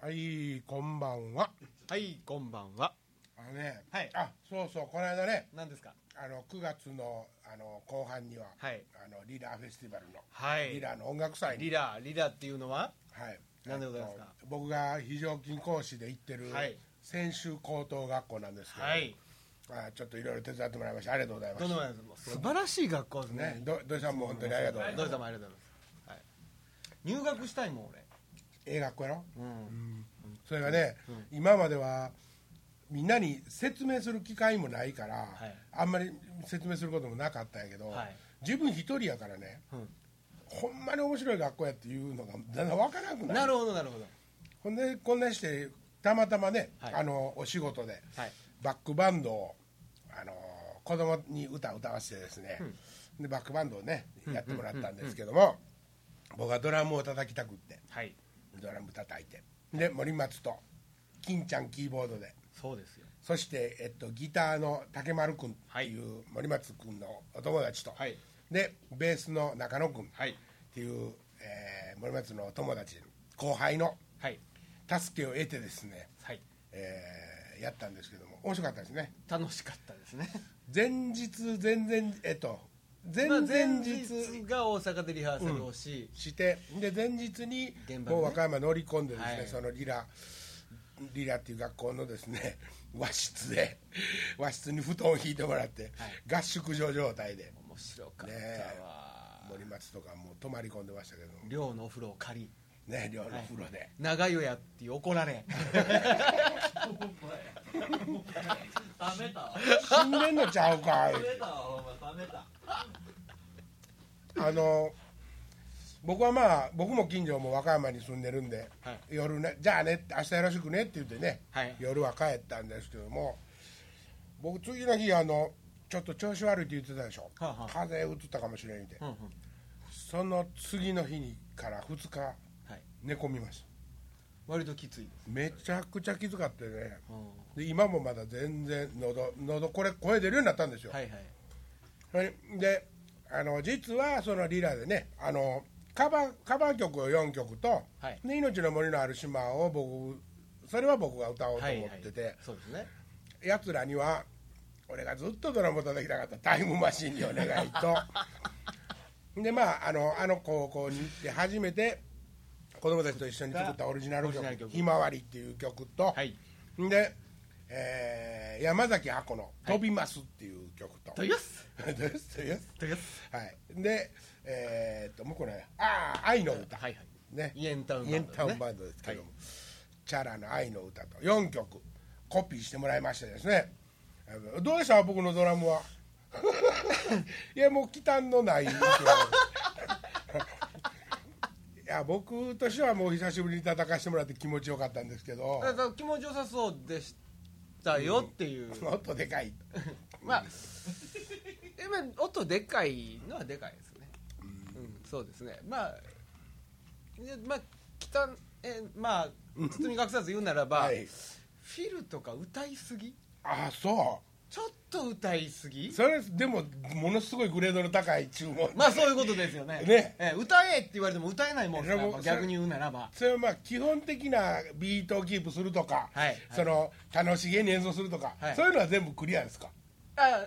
はい、こんばんは。 はい、こんばんは。 はい、そうそう、この間ね、 何ですか。 9月の後半には、 はい、 リラーフェスティバルの、 はい、 リラーの音楽祭にリラっていうのは、 はい、 何でございますか。 僕が非常勤講師で行ってる、 はい、 専修高等学校なんですけど、 はい、 ちょっといろいろ手伝ってもらいました。ありがとうございます。 どうも素晴らしい学校ですね。 土井さんも本当にありがとうございます。 土井さんもありがとうございます。はい、入学したいもん俺。 学校やろ、 うん、 それがね、今まではみんなに説明する機会もないから、はい、あんまり説明することもなかったんやけど、はい、自分一人やからね、ほんまに面白い学校やっていうのがだんだん分からなくなる。 なるほどなるほど。 ほんでこんなしてたまたまね、はい、お仕事で、はい、バックバンドを子供に歌わせてですね、でバックバンドをねやってもらったんですけども、僕はドラムを叩きたくって、はい、ドラム叩いて、で森松と金ちゃんキーボードで、 そうですよ。 そして、ギターの竹丸君っていう森松君のお友達と、はい、でベースの中野君っていう、森松の友達後輩の助けを得てですね、はい、やったんですけども面白かったですね。 楽しかったですね。 前々日が大阪でリハーサルをして、で前日にもう和歌山乗り込んでですね、はい、そのリラっていう学校のですね和室に布団を引いてもらって、はい、合宿所状態で面白かったわ、 森松とかもう泊まり込んでましたけど、 寮のお風呂を借りね、寮のお風呂で、 長湯やって怒られ死んでんのちゃうかい。僕も近所も和歌山に住んでるんで、はい、夜ね、じゃあね明日よろしくねって言ってね、はい、夜は帰ったんですけども、僕次の日ちょっと調子悪いって言ってたでしょ、はあはあ、風邪うつったかもしれんって、その次の日から2日、はい、寝込みました。 割ときついです。 めちゃくちゃきつかったよね、で今もまだ全然喉これ声出るようになったんですよ、はいはい、で実はそのリラでねカバー曲を4曲と、はい、で命の森のある島をそれは僕が歌おうと思ってて、はいはい、そうですね、やつらには俺がずっとドラムを叩きたかったタイムマシンにお願いとで高校に行って初めて子供たちと一緒に作ったオリジナル曲「ひまわり」っていう曲と、はい、で、山崎亜子の「飛びます」っていう曲と、 飛びます飛びます、はい、でもうこれ愛の歌、はいはいね、 イエンタウンバンドですけども、はい、チャラの愛の歌と4曲コピーしてもらいましてですね、どうでした僕のドラムは。いやもう忌憚のないいや僕としてはもう久しぶりに叩かせてもらって気持ちよかったんですけど、 気持ちよさそうでしたよっていう、 音でかいまあ音でかいのはでかいですね、そうですね、包み隠さず言うならば、はい、フィルとか歌いすぎ、 そうちょっと歌いすぎ、 それでもものすごいグレードの高い注文、 そういうことですよね歌えって言われても歌えないもんですから、逆に言うならばそれは基本的なビートをキープするとか、はい、楽しげに演奏するとか、はい、そういうのは全部クリアですか。 ア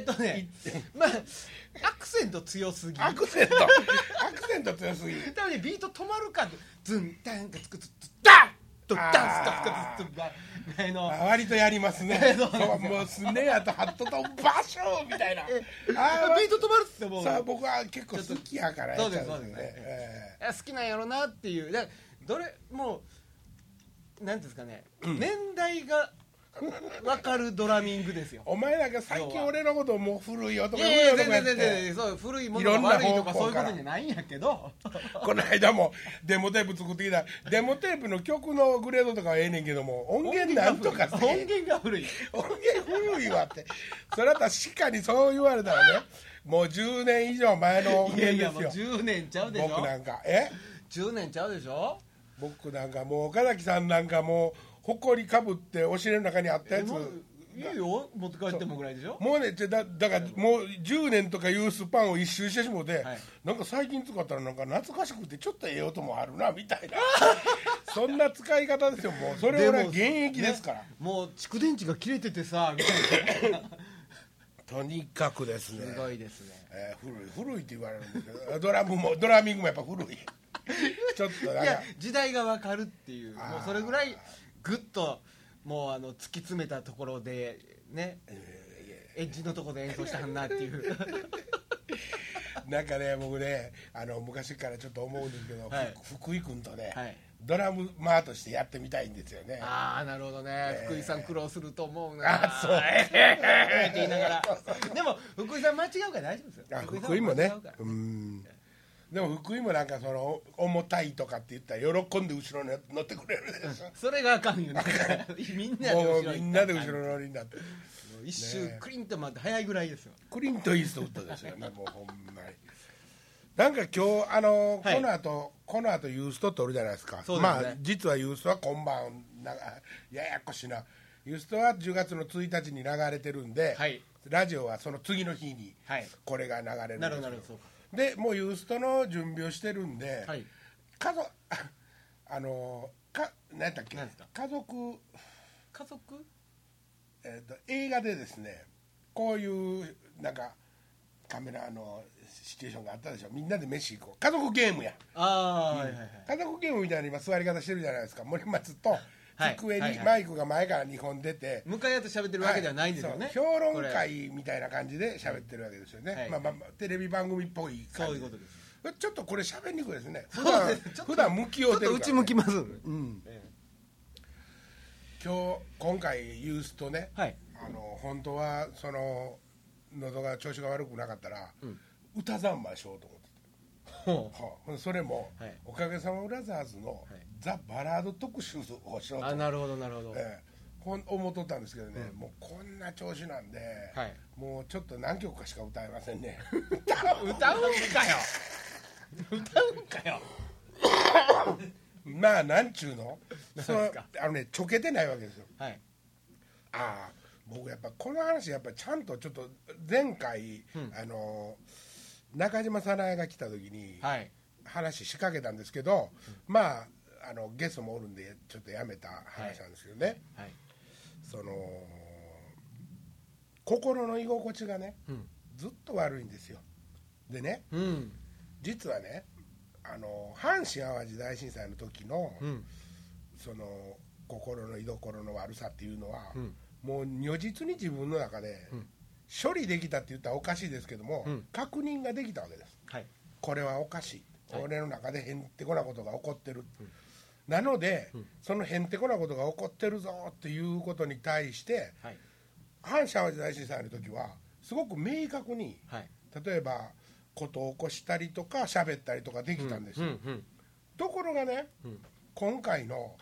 クセント強すぎ、 アクセント強すぎ多分ね、ビート止まるかズンタンカツクツツダンとダンスカツカツツ割とやりますねもうスネアとハットとバシューみたいなビート止まるってもう僕は結構好きやからやっちゃうんですね、 好きなんやろなっていう、どれもうなんですかね、年代が分かるドラミングですよ。 お前なんか最近俺のこともう古いよとか全然そう古いものが悪いとかそういうことじゃないんやけどこの間もデモテープ作ってきたデモテープの曲のグレードとかはええねんけども、音源なんとか音源が古いわってそれだったら確かにそう言われたらね、もう10年以上前の音源ですよ。 いやもう10年ちゃうでしょ。 僕なんか 10年ちゃうでしょ。 僕なんかもう岡崎さんなんかもうほこりかぶってお尻の中にあったやついいよ持って帰ってもぐらいでしょ。 もうねだからもう10年とかいうスパンを一周してしもて、はい、なんか最近使ったらなんか懐かしくてちょっとええ音もあるなみたいなそんな使い方ですよ。もうそれは現役ですから、 もう蓄電池が切れててさみたいなとにかくですね、 すごいですね、 古いって言われるんですけど、ドラミングもやっぱ古いちょっとなんかいや時代が分かるっていう、もうそれぐらいグッともう突き詰めたところでね、エッジのところで演奏したはんなっていうなんかね、僕ね昔からちょっと思うんですけど、 はい、 福井君とね、 はい、 ドラムマーとしてやってみたいんですよね。 ああなるほどね、福井さん苦労すると思うな。 あそうって言いながらでも福井さん間違うから大丈夫ですよ。 福井もね、でも福井もなんかその重たいとかって言ったら喜んで後ろに乗ってくれるでしょ、 それがあかんよねみんなで後ろ乗りになって一周クリンと回って早いぐらいですよ。 クリント・イーストウッドですよねもうほんまに。なんか今日はい、 この後ユースト撮るじゃないですか。 そうですね、 まあ実はユーストは今晩ややこしいな、ユーストは10月の1日に流れてるんで、 はい、 ラジオはその次の日にこれが流れるんですよ、 なるほどそうか。 でもうユーストの準備をしてるんで、 はい、 何やったっけ、家族、映画でですね、こういうなんかカメラのシチュエーションがあったでしょ。みんなで飯行こう、家族ゲームや。家族ゲームみたいな今座り方してるじゃないですか。森松と机にマイクが前から2本出て向かい合って喋ってるわけではないんですよね、 評論会みたいな感じで喋ってるわけですよね、テレビ番組っぽい感じ。 そういうことです。 ちょっとこれ喋りにくいですね。普段向き合うてるから、ね、 ちょっと内向きます、 今回ユースとね、本当はその喉が調子が悪くなかったら、歌三昧しようと思ってて、それも、おかげさまブラザーズの、ザ・バラード特集をしようと思って。 なるほどなるほど、 思っとったんですけどね、もうこんな調子なんで、もうちょっと何曲かしか歌えませんね歌うんかよまあなんちゅうのちょけてないわけですよ。僕やっぱこの話やっぱちゃんとちょっと前回、中島早苗が来た時に話しかけたんですけど、まあゲストもおるんでちょっとやめた話なんですけどね、その心の居心地がね、ずっと悪いんですよ。でね、実はね阪神・淡路大震災の時の、その心の居所の悪さっていうのは、もう如実に自分の中で、処理できたって言ったらおかしいですけども、確認ができたわけです、これはおかしい、俺の中でへんてこなことが起こってる、なので、そのへんてこなことが起こってるぞっていうことに対して、阪神・淡路大震災の時はすごく明確に、例えばことを起こしたりとか喋ったりとかできたんですよ、ところがね、今回の、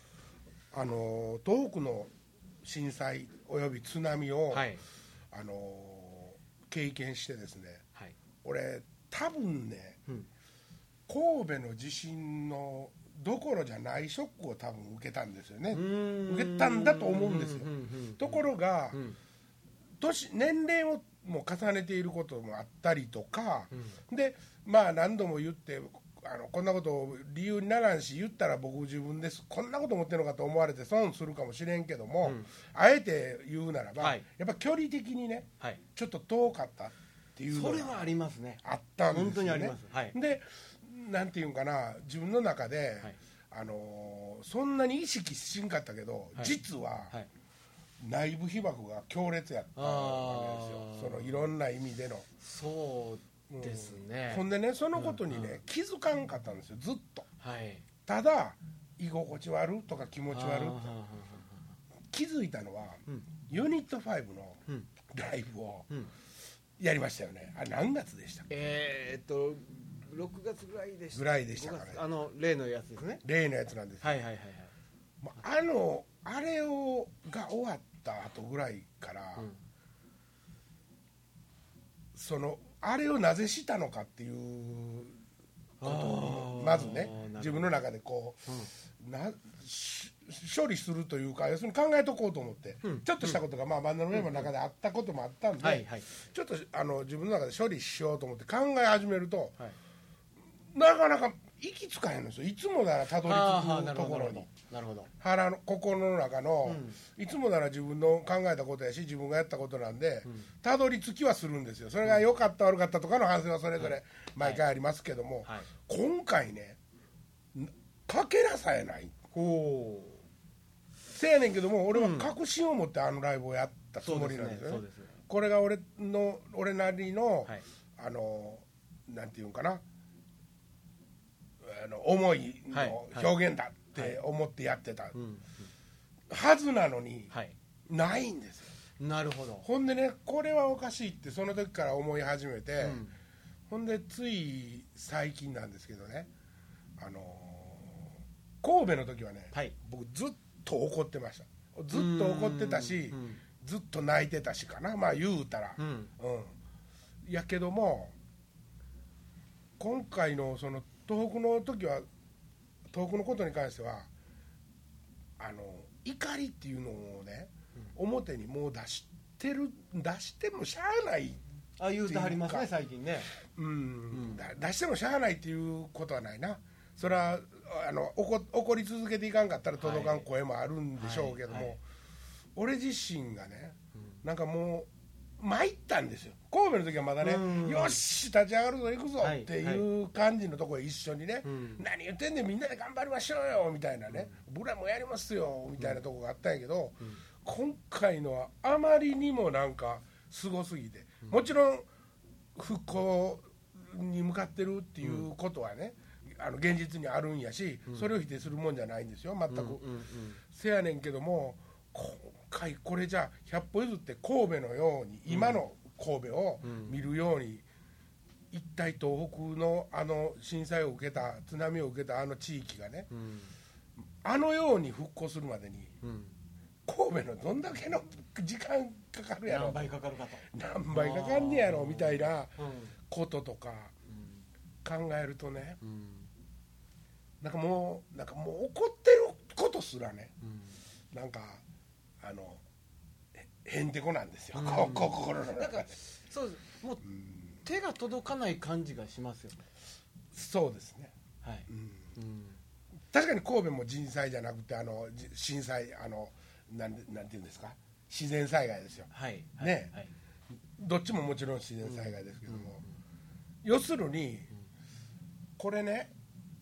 東北の震災および津波を、経験してですね、俺多分ね、神戸の地震のどころじゃないショックを多分受けたんですよね。受けたんだと思うんですよ。ところが、年齢をも重ねていることもあったりとか、でまあ何度も言ってこんなことを理由にならんし、言ったら僕自分ですこんなこと思ってるのかと思われて損するかもしれんけども、あえて言うならば、やっぱ距離的にね、ちょっと遠かったっていうのがそれはありますね。 あったんですよね。 本当にあります。 でなんていうんかな、自分の中で、そんなに意識しんかったけど、実は、内部被爆が強烈やったわけですよ。そのいろんな意味での。 そうですね。 ほんでね、そのことにね、気づかんかったんですよ、ずっと。ただ居心地悪とか気持ち悪って気づいたのは、ユニット5のライブをやりましたよね。あれ何月でしたっけ ？6月ぐらいでしたからね。 例のやつですね。 例のやつなんですよ。あれが終わった後ぐらいから、あれをなぜしたのかっていうことをまずね、自分の中でこう、処理するというか、要するに考えとこうと思って、ちょっとしたことが、バンドのメンバーの中であったこともあったんで、ちょっと自分の中で処理しようと思って考え始めると、なかなか行き着かへんのですよ。いつもならたどり着くところに、腹の心の中の、いつもなら自分の考えたことやし自分がやったことなんで、たどり着きはするんですよ。それが良かった悪かったとかの反省はそれぞれ毎回ありますけども、今回ねかけらさえない。せやねんけども俺は確信を持ってあのライブをやったつもりなんですよね。これが俺なりの、なんていうんかな、思いの表現だって思ってやってたはずなのに、ないんですよ。 なるほど。 ほんでねこれはおかしいってその時から思い始めて、ほんでつい最近なんですけどね、神戸の時はね、僕ずっと怒ってました。ずっと怒ってたし、ずっと泣いてたしかな、まあ言うたら、やけども今回のその東北の時は、東北のことに関しては怒りっていうのをね、表にもう出してもしゃあない。 言うてはりますね最近ね。 出してもしゃあないっていうことはないな。それは怒り続けていかんかったら届かん声もあるんでしょうけども、俺自身がね、なんかもう参ったんですよ。神戸の時はまだね、よし立ち上がるぞ行くぞっていう感じのところへ一緒にね、何言ってんねんみんなで頑張りましょうよみたいなね、僕らもやりますよみたいなところがあったんやけど、今回のはあまりにもなんかすごすぎて、もちろん復興に向かってるっていうことはね、現実にあるんやし、それを否定するもんじゃないんですよ全く。せやねんけども今回これじゃあ100歩譲って神戸のように、今の神戸を見るように、一体東北の震災を受けた津波を受けた地域がね、あのように復興するまでに、神戸のどんだけの時間かかるやろ、 何倍かかるかと、 何倍かかんねやろみたいなこととか考えるとね、なんかもう怒ってることすらね、なんかへんてこなんですよ、心の中で。 そうです、もう手が届かない感じがしますよね。 そうですね、確かに神戸も人災じゃなくて震災なんていうんですか、自然災害ですよ、ね、どっちももちろん自然災害ですけども、要するにこれね、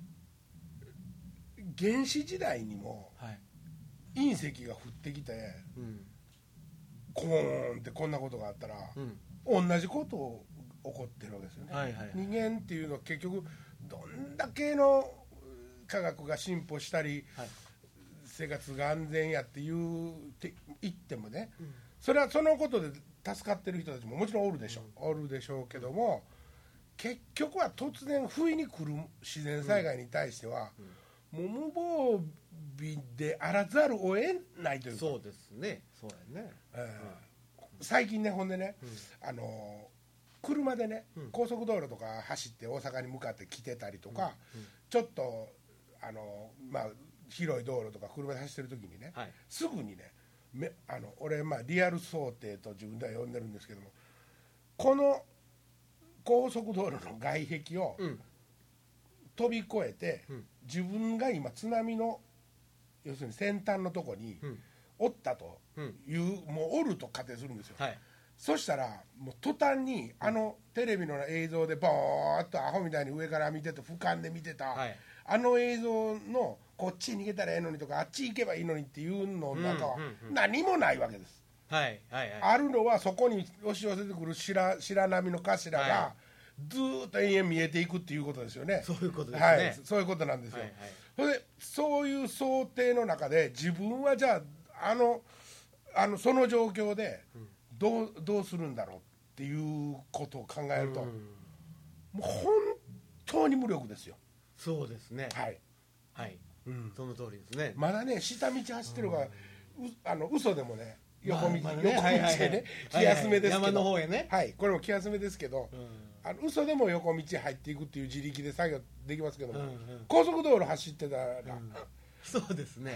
原始時代にも隕石が降ってきて、コーンってこんなことがあったら、同じこと起こってるわけですよね。人間っていうのは結局どんだけの科学が進歩したり、生活が安全やって言ってもね、それはそのことで助かってる人たちももちろんおるでしょうけども、結局は突然不意に来る自然災害に対しては、もう無防備であらざるを得ないというか。 そうですね、そうやね。 最近ね、ほんでね、車でね、高速道路とか走って大阪に向かって来てたりとか、ちょっとまあ広い道路とか車で走ってる時にね、すぐにね、俺リアル想定と自分では呼んでるんですけども、この高速道路の外壁を飛び越えて、自分が今津波の要するに先端のとこにおったという、もうおると仮定するんですよ。そしたらもう途端にテレビの映像でボーッとアホみたいに上から見てて俯瞰で見てた、映像のこっちに逃げたらええのにとかあっち行けばいいのにっていうの中は何もないわけです。あるのはそこに押し寄せてくる白波の頭がずーっと延々見えていくっていうことですよね。 そういうことですね。 そういうことなんですよ。そういう想定の中で自分はじゃあその状況でどうするんだろうっていうことを考えると、もう本当に無力ですよ。 そうですね。その通りですね。 まだね、下道走ってるから嘘でもね、横道でね、気休めですけど、 山の方へね、 これも気休めですけど、嘘でも横道入っていくっていう自力で作業できますけども、高速道路走ってたら、 そうですね、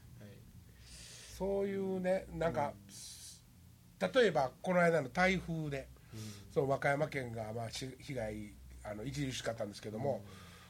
そういうね、なんか例えばこの間の台風で、その和歌山県が被害著しかったんですけども、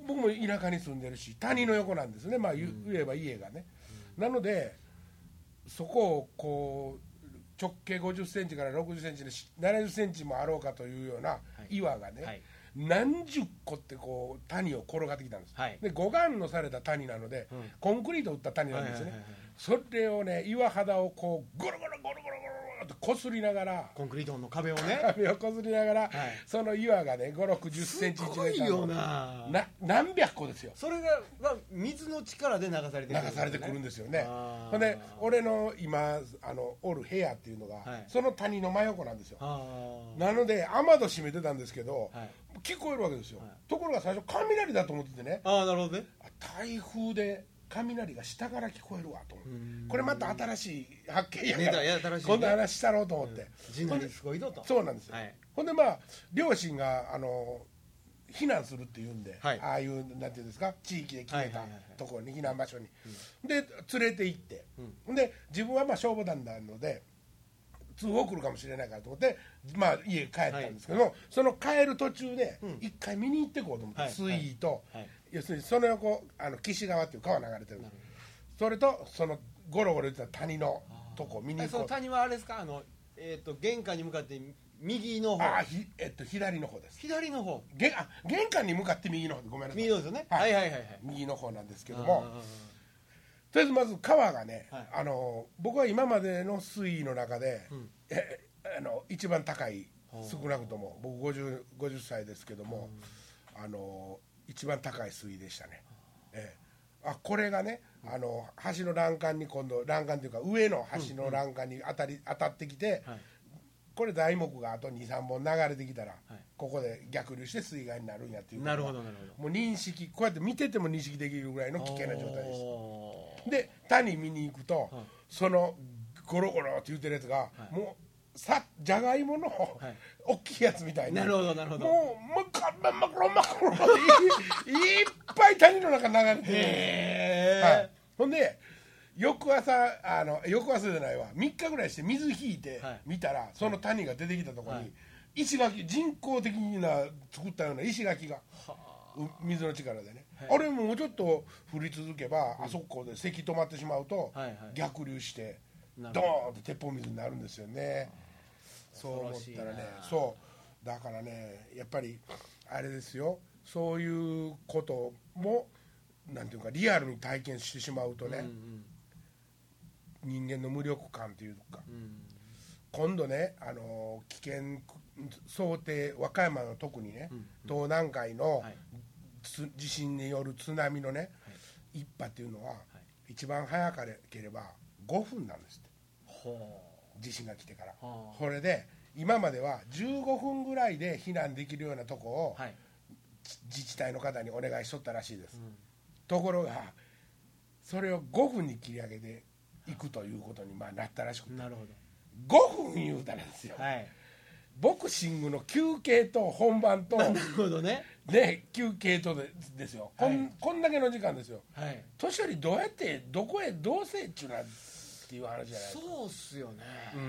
僕も田舎に住んでるし谷の横なんですね、まあ言えば家がね、なのでそこをこう直径50センチから60センチで70センチもあろうかというような岩がね、何十個ってこう谷を転がってきたんです、で護岸のされた谷なので、コンクリートを打った谷なんですね、それをね岩肌をこうゴロゴロゴロゴロゴロとこすりながら、 コンクリートの壁をね壁をこすりながら、その岩がね5、60センチ1メーターの何百個ですよ。 それが、水の力で流されてくる、 流されてくるんですよね。ほんで俺の今おる部屋っていうのが、その谷の真横なんですよ。なので雨戸閉めてたんですけど、聞こえるわけですよ、ところが最初雷だと思っててね、 なるほどね、 台風で雷が下から聞こえるわと思って、これまた新しい発見やから、今度話したろうと思って、 地鳴りすごいぞと。 そうなんですよ、ほんでまあ両親が避難するっていうんで、ああいうなんていうんですか、地域で決めたところに、避難場所に、で連れて行って、で自分はまあ消防団なので通報来るかもしれないからと思って、まあ、家帰ったんですけど、その帰る途中で一回見に行ってこうと思って、水位と、要するにその横岸川っていう川流れてる、それとそのゴロゴロ言ってた谷のとこ見に行こう。 その谷はあれですか、玄関に向かって右の方。 左の方です。 左の方。 玄関に向かって右の方で、ごめんなさい。 右の方ですよね。 右の方なんですけども、とりあえずまず川がね、僕は今までの水位の中で、一番高い、少なくとも僕50歳ですけども、一番高い水位でしたね。これがね、橋の欄干に今度、欄干というか上の橋の欄干に当たってきて、これ材木があと 2,3 本流れてきたら、ここで逆流して水害になるんやっていう、 なるほど、 もう認識、こうやって見てても認識できるぐらいの危険な状態です。で谷見に行くと、そのゴロゴロって言ってるやつが、もうじゃがいもの大きいやつみたいに、 なるほどなるほど、 もうマクロっていっぱい谷の中流れてる。ほんで翌朝じゃないわ、3日ぐらいして水引いて見たら、その谷が出てきたところに石垣、人工的な作ったような石垣が、水の力でね、あれもうちょっと降り続けば、あそこでせき止まってしまうと逆流してドーンと鉄砲水になるんですよね。そう思ったらね、そうだからね、やっぱりあれですよ、そういうこともなんていうかリアルに体験してしまうとね、人間の無力感というか、今度ね、危険想定、和歌山の特にね、東南海の地震による津波のね、一波っていうのは、一番早ければ5分なんですって、地震が来てから。これで今までは15分ぐらいで避難できるようなとこを、自治体の方にお願いしとったらしいです、ところがそれを5分に切り上げていくということになったらしくて、 なるほど、 5分言うたらですよ、ボクシングの休憩と本番と、 なるほどね、 休憩とですよ、こんだけの時間ですよ、年寄りどうやってどこへどうせっちゅうなっていう話じゃないですか。 そうっすよね、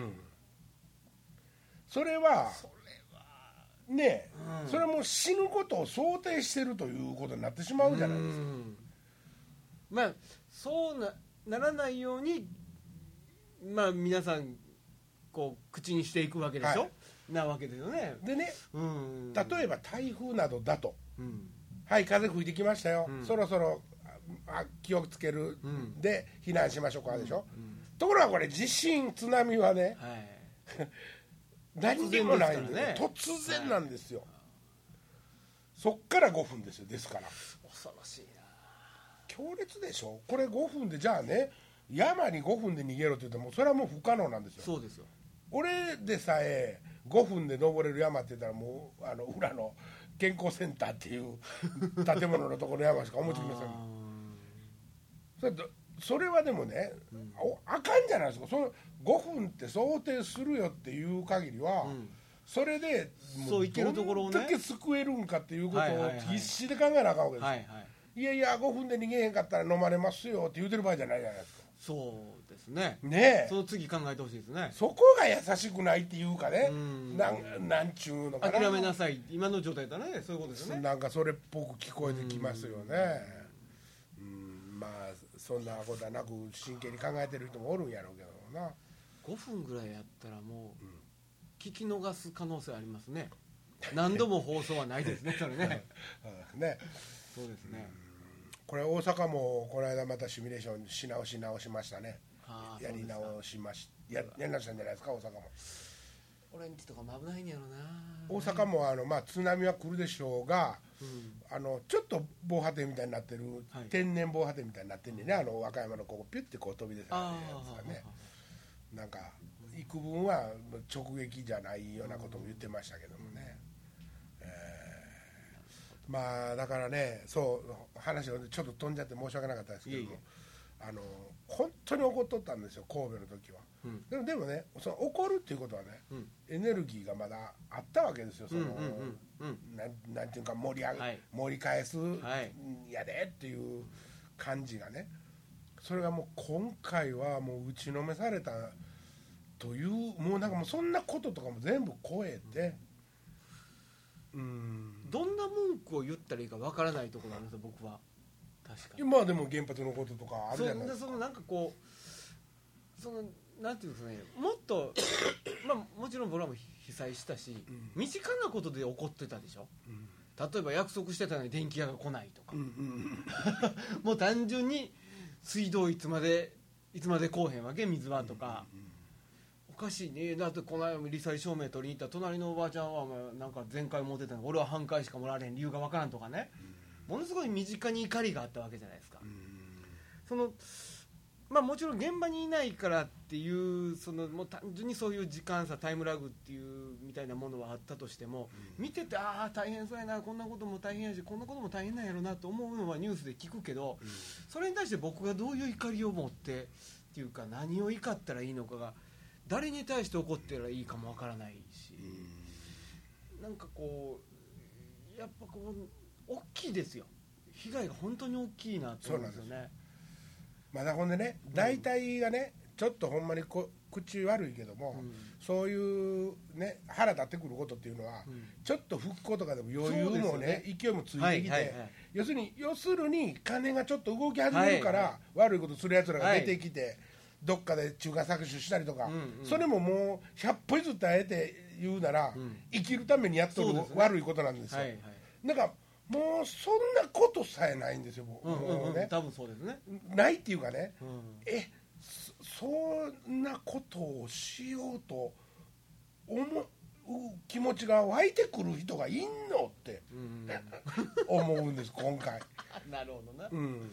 それはね、それはもう死ぬことを想定してるということになってしまうじゃないですか。 まあそうならないように、まあ皆さんこう口にしていくわけでしょ、なわけですよね。 でね、例えば台風などだと、風吹いてきましたよ、そろそろ気をつける、で避難しましょうかでしょ、ところがこれ地震津波はね、何にもないんで、突然なんですよ。そっから5分ですよ。ですから恐ろしいな、 強烈でしょこれ。5分でじゃあね、山に5分で逃げろって言ってもそれはもう不可能なんですよ。 そうですよ。 俺でさえ5分で登れる山って言ったら、もう裏の健康センターっていう建物のところの山しか思いつきません。それはでもね、あかんじゃないですか。その5分って想定するよっていう限りは、それでそういけるところをね、 どんだけ救えるんかっていうことを必死で考えなあかんわけですよ。いやいや5分で逃げへんかったら飲まれますよって言うてる場合じゃないじゃないですか。 そうですね。 ねえ、 その次考えてほしいですね。 そこが優しくないっていうかね、なんちゅうのかな、 諦めなさい、今の状態だね、そういうことですよね。 なんかそれっぽく聞こえてきますよね。まあそんなことはなく真剣に考えてる人もおるんやろうけどな。 5分ぐらいやったらもう聞き逃す可能性ありますね。何度も放送はないですね、それね。 ね、 そうですね。 これ大阪もこの間またシミュレーションし直しましたね。やり直しましやり直したんじゃないですか、大阪も。 俺んちとかも危ないんやろな。 大阪もまあ津波は来るでしょうが、ちょっと防波堤みたいになってる、天然防波堤みたいになってんでね、和歌山のここピュッてこう飛び出たやつがね、なんか幾分は直撃じゃないようなことも言ってましたけどもね。まあだからね、そう話をちょっと飛んじゃって申し訳なかったですけども、本当に怒っとったんですよ、神戸の時は。でもね、その怒るっていうことはね、エネルギーがまだあったわけですよ。そのなんていうか盛り返すやでっていう感じがね、それがもう今回はもう打ちのめされたという、もうなんかもうそんなこととかも全部超えて、 どんな文句を言ったらいいかわからないところなんですよ、僕は。確かに。 まあでも原発のこととかあるじゃないですか。 そのなんかこう、そのなんていうんですかね、もっとまあもちろん僕らも被災したし、身近なことで怒ってたでしょ。例えば約束してたのに電気屋が来ないとか、もう単純に水道いつまで来おへんわけ、水はとか。おかしいね。だってこの間罹災証明取りに行った隣のおばあちゃんはなんか全回持ってたのに俺は半回しかもらわれへん理由がわからんとかね、ものすごい身近に怒りがあったわけじゃないですか。そのまあもちろん現場にいないからっていうそのもう単純にそういう時間差タイムラグっていうみたいなものはあったとしても、見ててああ大変そうやな、こんなことも大変やしこんなことも大変なんやろなと思うのはニュースで聞くけど、それに対して僕がどういう怒りを持ってっていうか何を怒ったらいいのかが、誰に対して怒ってらいいかもわからないし、なんかこうやっぱこう大きいですよ、被害が本当に大きいなと思うんですよね。 まだほんでね、大体がね、ちょっとほんまに口悪いけども、そういうね腹立ってくることっていうのは、ちょっと復興とかでも余裕もね勢いもついてきて、要するに金がちょっと動き始めるから、悪いことするやつらが出てきて、どっかで中間搾取したりとか、それももう100歩譲ってあえて言うなら、生きるためにやっとる悪いことなんですよ。なんかもうそんなことさえないんですよ、もうね。 多分そうですね。 ないっていうかね、そんなことをしようと思う気持ちが湧いてくる人がいんのって思うんです今回。 なるほどな。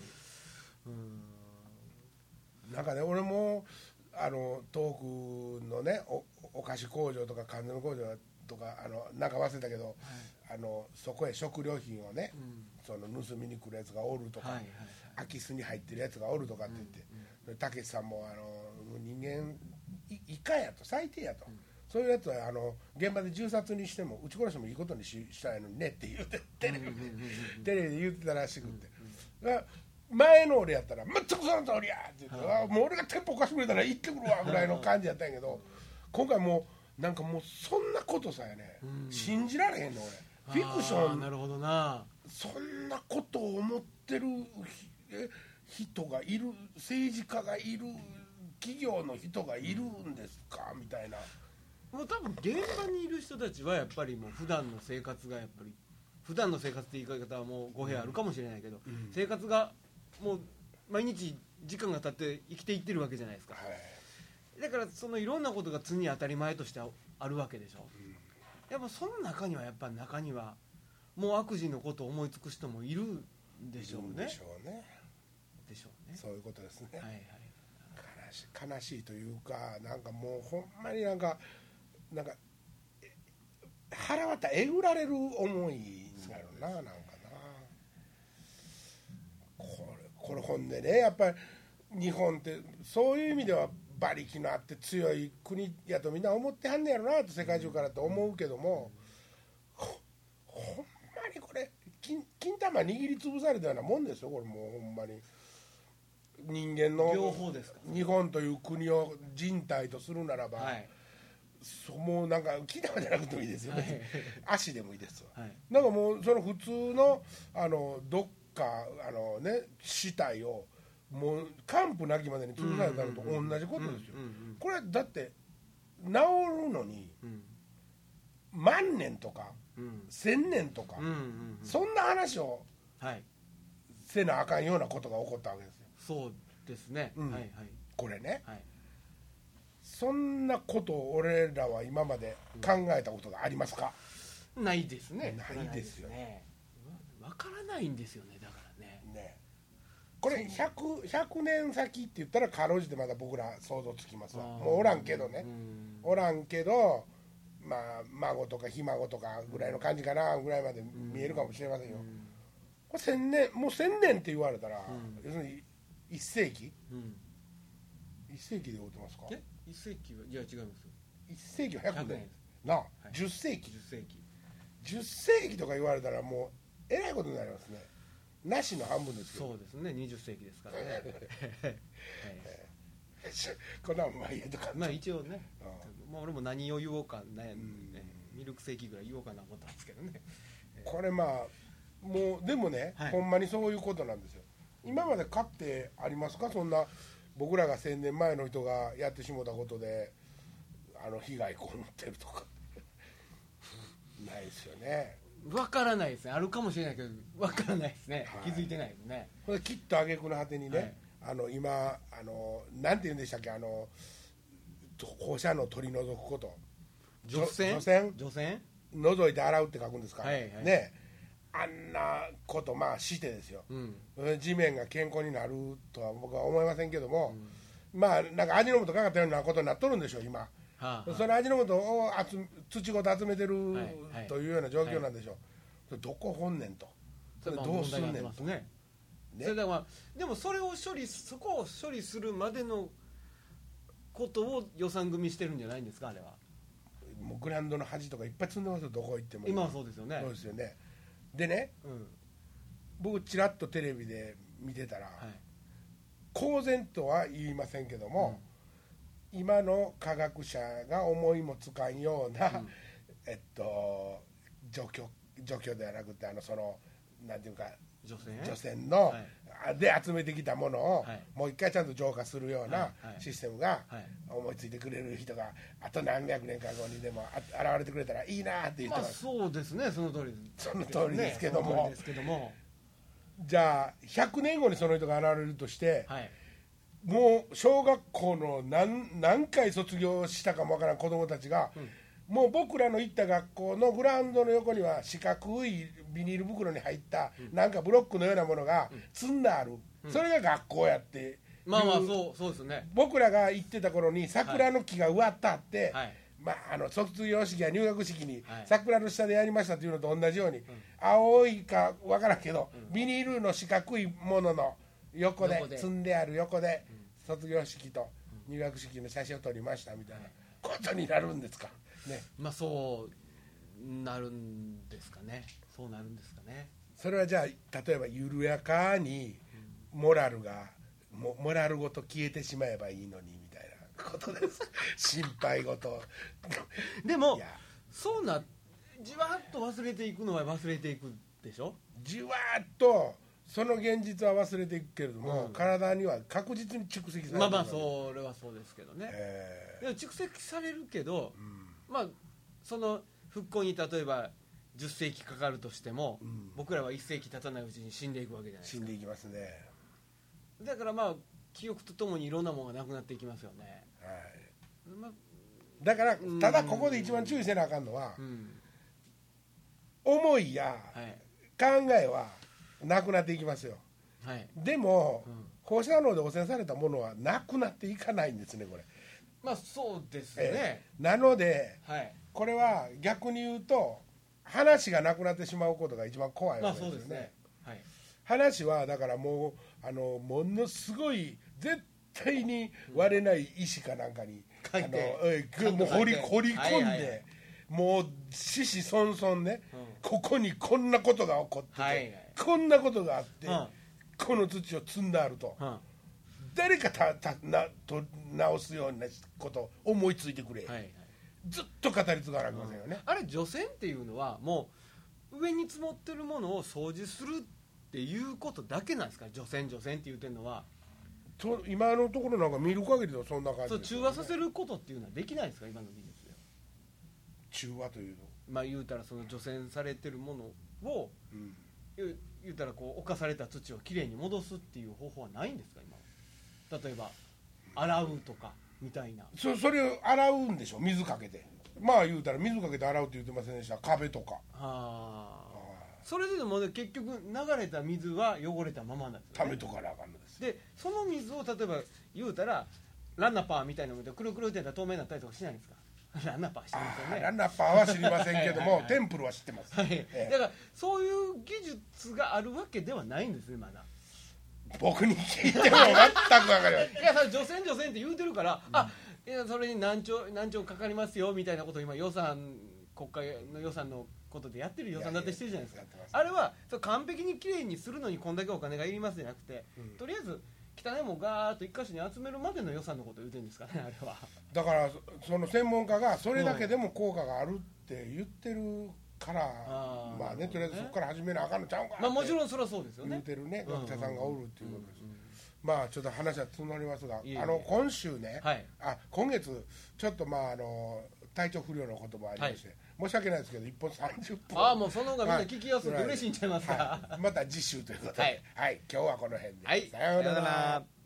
なんかね、俺も東区のね お菓子工場とか缶詰工場とかなんか忘れたけど、そこへ食料品をね、その盗みに来るやつがおるとか、空き巣に入ってるやつがおるとかって言って、たけしさんも人間以下やと最低やと、そういうやつは現場で銃殺にしても撃ち殺してもいいことにしたいのにねって言ってテレビで言ってたらしくて、前の俺やったら全くその通りやって言って、もう俺がテンポおかしくれたら行ってくるわぐらいの感じやったんやけど、今回もうなんかもうそんなことさえね、信じられへんの俺。フィクション、 なるほどな。 そんなことを思ってる人がいる、政治家がいる、企業の人がいるんですかみたいな。 もう多分現場にいる人たちはやっぱりもう普段の生活がやっぱり普段の生活って言い方はもう語弊あるかもしれないけど、生活がもう毎日時間が経って生きていってるわけじゃないですか、だからそのいろんなことが常に当たり前としてあるわけでしょ、やっぱその中にはもう悪事のことを思いつく人もいるんでしょうね。 でしょうね。そういうことですね。悲しいというか、なんかもうほんまになんか腹渡えぐられる思いなのな、なんかな。これほんでね、やっぱり日本ってそういう意味では馬力のあって強い国やとみんな思ってはんねやろなと世界中からと思うけども、ほんまにこれ金玉握りつぶされたようなもんですよ、これもうほんまに。 人間の両方ですか。 日本という国を人体とするならば、もうなんか聞いたじゃなくてもいいですよ、足でもいいですわ、なんかもうその普通のどっか死体をもう完膚なきまでに潰されたのと同じことですよ。これだって治るのに万年とか千年とかそんな話をせなあかんようなことが起こったわけですよ。 そうですね、 これね、そんなことを俺らは今まで考えたことがありますか？ ないですね。 ないですよ。 わからないんですよね。だからね。 これ100年先って言ったらかろうじてまだ僕ら想像つきますわ。もうおらんけどね。おらんけど、まあ孫とかひ孫とかぐらいの感じかなぐらいまで見えるかもしれませんよ。これ1000年もう1000年って言われたら、要するに1世紀？1世紀で追ってますか ？1世紀はいや違います。 1世紀は100年なあ、10世紀10世紀とか言われたらもうえらいことになりますね。なしの半分ですよ。 そうですね、20世紀ですからねこんなんまあ言えとかまあ一応ね、まあ俺も何を言おうか悩んでね、ミルク世紀ぐらい言おうかな思ったんですけどねこれまあもうでもね、ほんまにそういうことなんですよ。今までかってありますか？そんな僕らが1000年前の人がやってしもたことで被害被ってるとかないですよね。 分からないですね。あるかもしれないけど分からないですね、気づいてないですね。 これきっと挙句の果てにね、今なんて言うんでしたっけ、放射能を取り除くこと、 除染除いて洗うって書くんですから、ね、あんなことまあしてですよ、地面が健康になるとは僕は思いませんけども、まあなんか味の素かかったようなことになっとるんでしょう今。その味の素を土ごと集めてるというような状況なんでしょう。どこ本年とそれどうすんねんとね。 それでもそれをそこを処理するまでのことを予算組みしてるんじゃないんですか？あれはもうグラウンドの端とかいっぱい積んでますよ、どこ行っても。 今はそうですよね。 そうですよね。でね、僕ちらっとテレビで見てたら、公然とは言いませんけども、今の科学者が思いもつかんような、除去ではなくてそのなんていうか除染の、で集めてきたものを、もう一回ちゃんと浄化するようなシステムが思いついてくれる人があと何百年か後にでも現れてくれたらいいなって言ってます。 そうですね、その通りですけども、じゃあ100年後にその人が現れるとして、もう小学校の何回卒業したかもわからん子どもたちが、もう僕らの行った学校のグラウンドの横には四角いビニール袋に入ったなんかブロックのようなものが積んである、それが学校やって、 まあそうですね。 僕らが行ってた頃に桜の木が植わってあって、卒業式や入学式に桜の下でやりましたっていうのと同じように、青いかわからんけどビニールの四角いものの横で積んである横で卒業式と入学式の写真を撮りましたみたいなことになるんですかね。 まあそうなるんですかね。そうなるんですかね。 それはじゃあ例えば緩やかにモラルごと消えてしまえばいいのにみたいなことです心配事でもそうじわっと忘れていくのは忘れていくでしょ。 じわっとその現実は忘れていくけれども、体には確実に蓄積される。 まあそれはそうですけどね、でも蓄積されるけど、まあその復興に例えば10世紀かかるとしても、僕らは1世紀経たないうちに死んでいくわけじゃないですか。 死んでいきますね。 だからまあ記憶とともにいろんなものがなくなっていきますよね。 だからただここで一番注意せなあかんのは、思いや考えはなくなっていきますよ、でも、放射能で汚染されたものはなくなっていかないんですねこれ。 まあそうですね、 なので、これは逆に言うと話がなくなってしまうことが一番怖いわけですよね。話はだからもうものすごい絶対に割れない石かなんかにもう掘り込んで、もう子々孫々ね、ここにこんなことが起こってて、こんなことがあって、この土を積んであると、 誰かと直すようなことを思いついてくれ、はいはい、ずっと語り継がなきゃいけませんよね、 あれ除染っていうのはもう上に積もってるものを掃除するっていうことだけなんですか？除染って言ってるのは今のところなんか見る限りではそんな感じですよね。中和させることっていうのはできないんですか今の技術で？ 中和というのまあ言うたらその除染されてるものを、言うたらこう侵された土をきれいに戻すっていう方法はないんですか今？例えば洗うとかみたいな。 それを洗うんでしょ、水かけて。まあ言うたら水かけて洗うって言ってませんでした？壁とか。 それでも結局流れた水は汚れたままなんですよね。 ためとかなあかんのです。 でその水を例えば言うたらランナパーみたいなのでくるくるってやったら透明になったりとかしないんですか？ランナパーしてますよね。 ランナパーは知りませんけどもテンプルは知ってます、 だからそういう技術があるわけではないんですねまだ。 僕に聞いても全く分かりません。 いやそれ除染って言うてるから、いやそれに何兆かかりますよみたいなことを今国会の予算のことでやってる予算だってしてるじゃないですか。あれは完璧にきれいにするのにこんだけお金がいりますじゃなくて、とりあえず汚いもんガーッと一箇所に集めるまでの予算のことを言うてるんですかねあれは。 だからその専門家がそれだけでも効果があるって言ってるから、まあね、とりあえずそこから始めなあかんのちゃうかって、 もちろんそれはそうですよね、 言うてるね学者さんがおるっていうことです、まあちょっと話は募りますが、今週ね、今月ちょっと体調不良のこともありまして、申し訳ないですけど1本30分。 もうその方がみんな聞きやすくて嬉しいんちゃいますか。 また次週ということで、はい、今日はこの辺で、さようなら。